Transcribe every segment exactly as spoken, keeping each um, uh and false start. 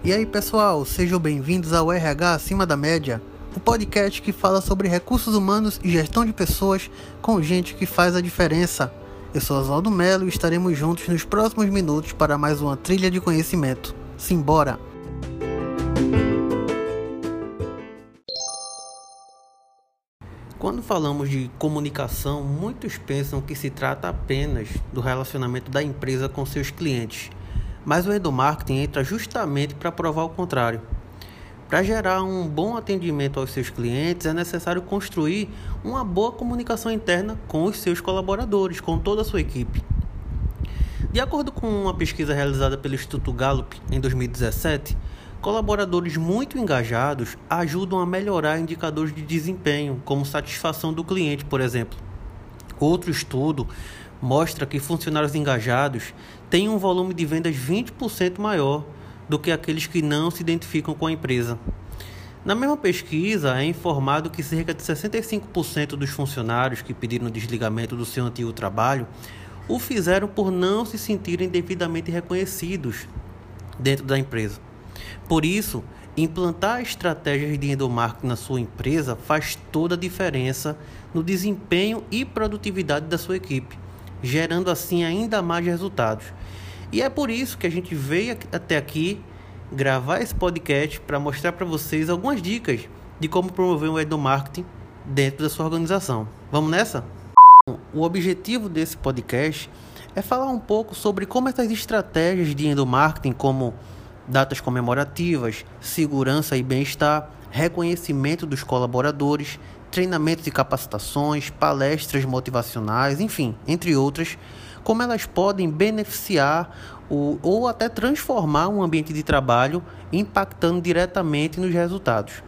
E aí pessoal, sejam bem-vindos ao R H Acima da Média, o podcast que fala sobre recursos humanos e gestão de pessoas com gente que faz a diferença. Eu sou Oswaldo Melo e estaremos juntos nos próximos minutos para mais uma trilha de conhecimento. Simbora! Quando falamos de comunicação, muitos pensam que se trata apenas do relacionamento da empresa com seus clientes. Mas o endomarketing entra justamente para provar o contrário. Para gerar um bom atendimento aos seus clientes, é necessário construir uma boa comunicação interna com os seus colaboradores, com toda a sua equipe. De acordo com uma pesquisa realizada pelo Instituto Gallup em dois mil e dezessete, colaboradores muito engajados ajudam a melhorar indicadores de desempenho, como satisfação do cliente, por exemplo. Outro estudo mostra que funcionários engajados têm um volume de vendas vinte por cento maior do que aqueles que não se identificam com a empresa. Na mesma pesquisa, é informado que cerca de sessenta e cinco por cento dos funcionários que pediram o desligamento do seu antigo trabalho o fizeram por não se sentirem devidamente reconhecidos dentro da empresa. Por isso, implantar estratégias de endomarketing na sua empresa faz toda a diferença no desempenho e produtividade da sua equipe, gerando assim ainda mais resultados. E é por isso que a gente veio até aqui gravar esse podcast para mostrar para vocês algumas dicas de como promover o endomarketing dentro da sua organização. Vamos nessa? O objetivo desse podcast é falar um pouco sobre como essas estratégias de endomarketing, como datas comemorativas, segurança e bem-estar, reconhecimento dos colaboradores, treinamentos e capacitações, palestras motivacionais, enfim, entre outras, como elas podem beneficiar o, ou até transformar um ambiente de trabalho, impactando diretamente nos resultados.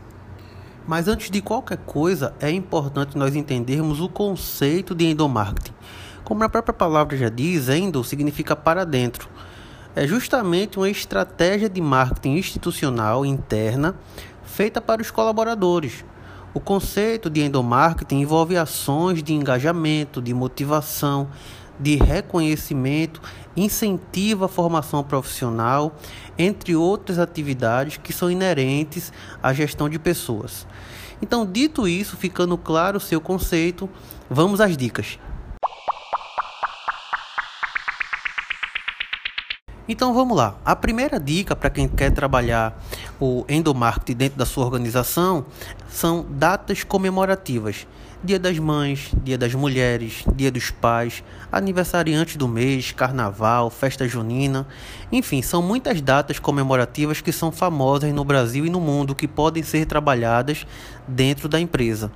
Mas antes de qualquer coisa, é importante nós entendermos o conceito de endomarketing. Como a própria palavra já diz, endo significa para dentro. É justamente uma estratégia de marketing institucional interna feita para os colaboradores. O conceito de endomarketing envolve ações de engajamento, de motivação, de reconhecimento, incentiva a formação profissional, entre outras atividades que são inerentes à gestão de pessoas. Então, dito isso, ficando claro o seu conceito, vamos às dicas. Então vamos lá. A primeira dica para quem quer trabalhar o endomarketing dentro da sua organização são datas comemorativas. Dia das Mães, Dia das Mulheres, Dia dos Pais, aniversariantes do mês, Carnaval, Festa Junina. Enfim, são muitas datas comemorativas que são famosas no Brasil e no mundo que podem ser trabalhadas dentro da empresa.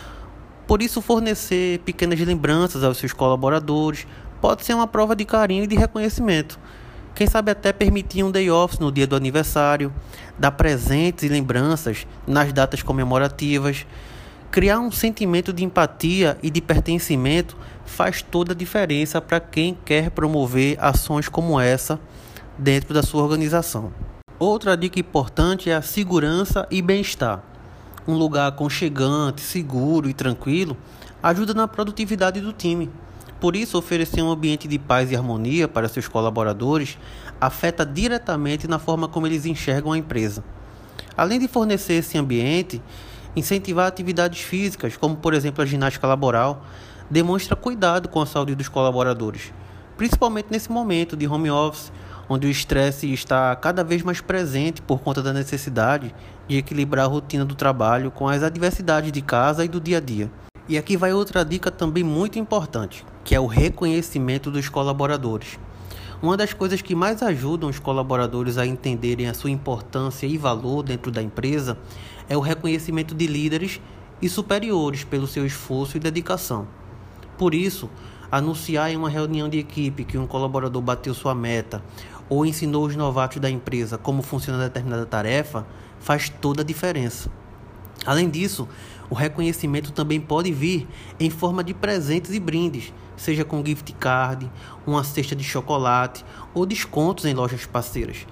Por isso, fornecer pequenas lembranças aos seus colaboradores pode ser uma prova de carinho e de reconhecimento. Quem sabe até permitir um day off no dia do aniversário, dar presentes e lembranças nas datas comemorativas. Criar um sentimento de empatia e de pertencimento faz toda a diferença para quem quer promover ações como essa dentro da sua organização. Outra dica importante é a segurança e bem-estar. Um lugar aconchegante, seguro e tranquilo ajuda na produtividade do time. Por isso, oferecer um ambiente de paz e harmonia para seus colaboradores afeta diretamente na forma como eles enxergam a empresa. Além de fornecer esse ambiente, incentivar atividades físicas, como por exemplo a ginástica laboral, demonstra cuidado com a saúde dos colaboradores, principalmente nesse momento de home office, onde o estresse está cada vez mais presente por conta da necessidade de equilibrar a rotina do trabalho com as adversidades de casa e do dia a dia. E aqui vai outra dica também muito importante, que é o reconhecimento dos colaboradores. Uma das coisas que mais ajudam os colaboradores a entenderem a sua importância e valor dentro da empresa é o reconhecimento de líderes e superiores pelo seu esforço e dedicação. Por isso, anunciar em uma reunião de equipe que um colaborador bateu sua meta ou ensinou os novatos da empresa como funciona determinada tarefa faz toda a diferença. Além disso, o reconhecimento também pode vir em forma de presentes e brindes, seja com gift card, uma cesta de chocolate ou descontos em lojas parceiras.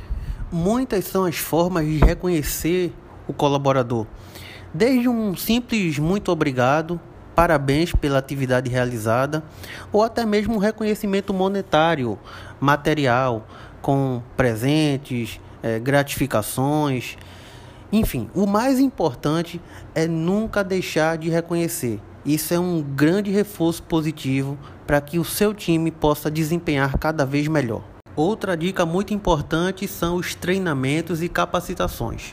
Muitas são as formas de reconhecer o colaborador, desde um simples muito obrigado, parabéns pela atividade realizada, ou até mesmo um reconhecimento monetário, material, com presentes, é, gratificações. Enfim, o mais importante é nunca deixar de reconhecer. Isso é um grande reforço positivo para que o seu time possa desempenhar cada vez melhor. Outra dica muito importante são os treinamentos e capacitações.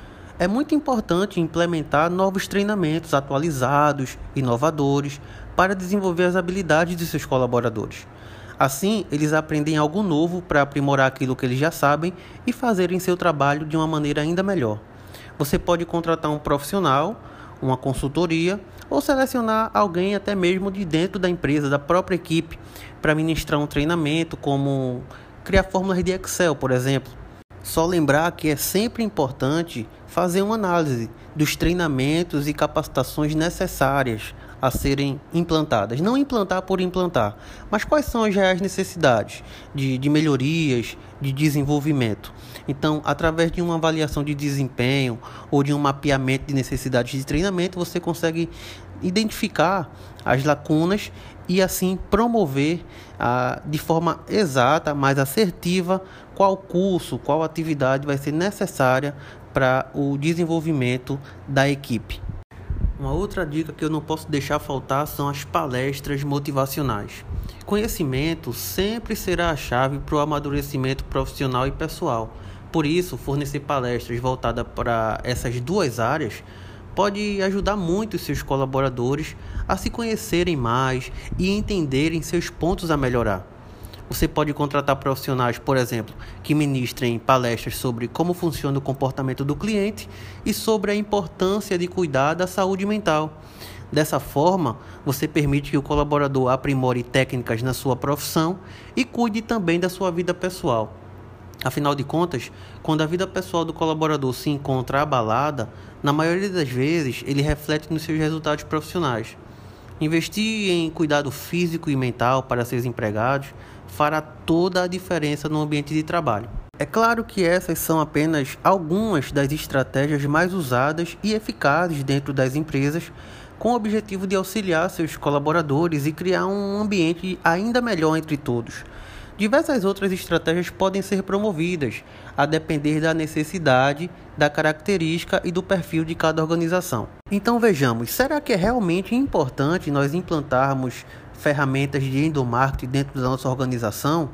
É muito importante implementar novos treinamentos atualizados, inovadores, para desenvolver as habilidades de seus colaboradores. Assim, eles aprendem algo novo para aprimorar aquilo que eles já sabem e fazerem seu trabalho de uma maneira ainda melhor. Você pode contratar um profissional, uma consultoria ou selecionar alguém até mesmo de dentro da empresa, da própria equipe, para ministrar um treinamento, como criar fórmulas de Excel, por exemplo. Só lembrar que é sempre importante fazer uma análise dos treinamentos e capacitações necessárias a serem implantadas. Não implantar por implantar, mas quais são as reais necessidades de, de melhorias, de desenvolvimento. Então, através de uma avaliação de desempenho ou de um mapeamento de necessidades de treinamento, você consegue identificar as lacunas e assim promover ah, de forma exata, mais assertiva, qual curso, qual atividade vai ser necessária para o desenvolvimento da equipe. Uma outra dica que eu não posso deixar faltar são as palestras motivacionais. Conhecimento sempre será a chave para o amadurecimento profissional e pessoal. Por isso, fornecer palestras voltadas para essas duas áreas pode ajudar muito os seus colaboradores a se conhecerem mais e entenderem seus pontos a melhorar. Você pode contratar profissionais, por exemplo, que ministrem palestras sobre como funciona o comportamento do cliente e sobre a importância de cuidar da saúde mental. Dessa forma, você permite que o colaborador aprimore técnicas na sua profissão e cuide também da sua vida pessoal. Afinal de contas, quando a vida pessoal do colaborador se encontra abalada, na maioria das vezes ele reflete nos seus resultados profissionais. Investir em cuidado físico e mental para seus empregados fará toda a diferença no ambiente de trabalho. É claro que essas são apenas algumas das estratégias mais usadas e eficazes dentro das empresas, com o objetivo de auxiliar seus colaboradores e criar um ambiente ainda melhor entre todos. Diversas outras estratégias podem ser promovidas, a depender da necessidade, da característica e do perfil de cada organização. Então vejamos, será que é realmente importante nós implantarmos ferramentas de endomarketing dentro da nossa organização?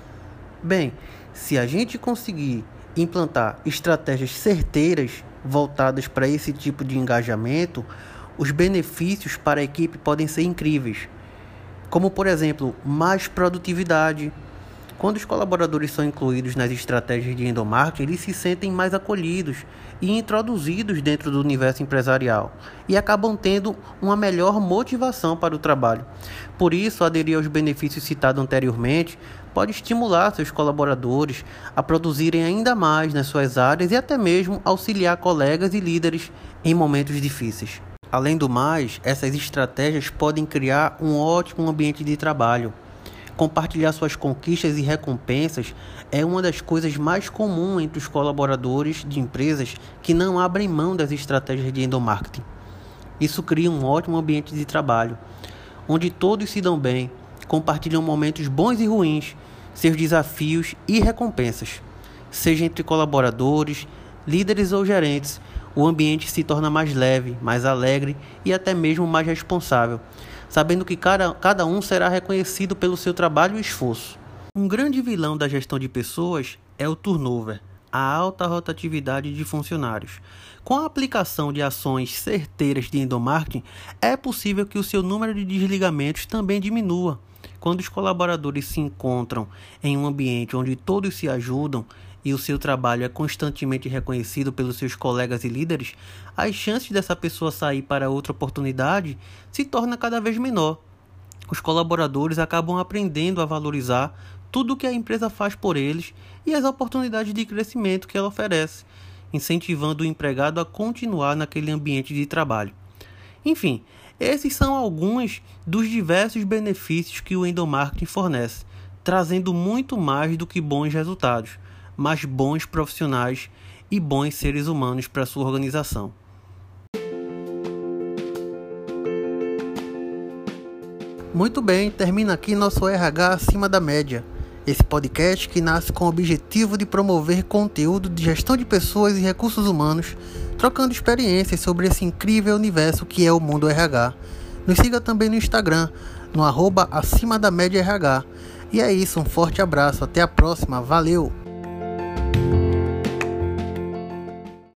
Bem, se a gente conseguir implantar estratégias certeiras voltadas para esse tipo de engajamento, os benefícios para a equipe podem ser incríveis. Como, por exemplo, mais produtividade. Quando os colaboradores são incluídos nas estratégias de endomarketing, eles se sentem mais acolhidos e introduzidos dentro do universo empresarial e acabam tendo uma melhor motivação para o trabalho. Por isso, aderir aos benefícios citados anteriormente pode estimular seus colaboradores a produzirem ainda mais nas suas áreas e até mesmo auxiliar colegas e líderes em momentos difíceis. Além do mais, essas estratégias podem criar um ótimo ambiente de trabalho. Compartilhar suas conquistas e recompensas é uma das coisas mais comuns entre os colaboradores de empresas que não abrem mão das estratégias de endomarketing. Isso cria um ótimo ambiente de trabalho, onde todos se dão bem, compartilham momentos bons e ruins, seus desafios e recompensas. Seja entre colaboradores, líderes ou gerentes, o ambiente se torna mais leve, mais alegre e até mesmo mais responsável, sabendo que cada, cada um será reconhecido pelo seu trabalho e esforço. Um grande vilão da gestão de pessoas é o turnover, a alta rotatividade de funcionários. Com a aplicação de ações certeiras de endomarketing, é possível que o seu número de desligamentos também diminua. Quando os colaboradores se encontram em um ambiente onde todos se ajudam e o seu trabalho é constantemente reconhecido pelos seus colegas e líderes, as chances dessa pessoa sair para outra oportunidade se torna cada vez menor. Os colaboradores acabam aprendendo a valorizar tudo o que a empresa faz por eles e as oportunidades de crescimento que ela oferece, incentivando o empregado a continuar naquele ambiente de trabalho. Enfim, esses são alguns dos diversos benefícios que o endomarketing fornece, trazendo muito mais do que bons resultados, mas bons profissionais e bons seres humanos para sua organização. Muito bem, termina aqui nosso R H acima da média. Esse podcast que nasce com o objetivo de promover conteúdo de gestão de pessoas e recursos humanos, trocando experiências sobre esse incrível universo que é o mundo R H. Nos siga também no Instagram, no arroba acima da média R H. E é isso, um forte abraço, até a próxima, valeu!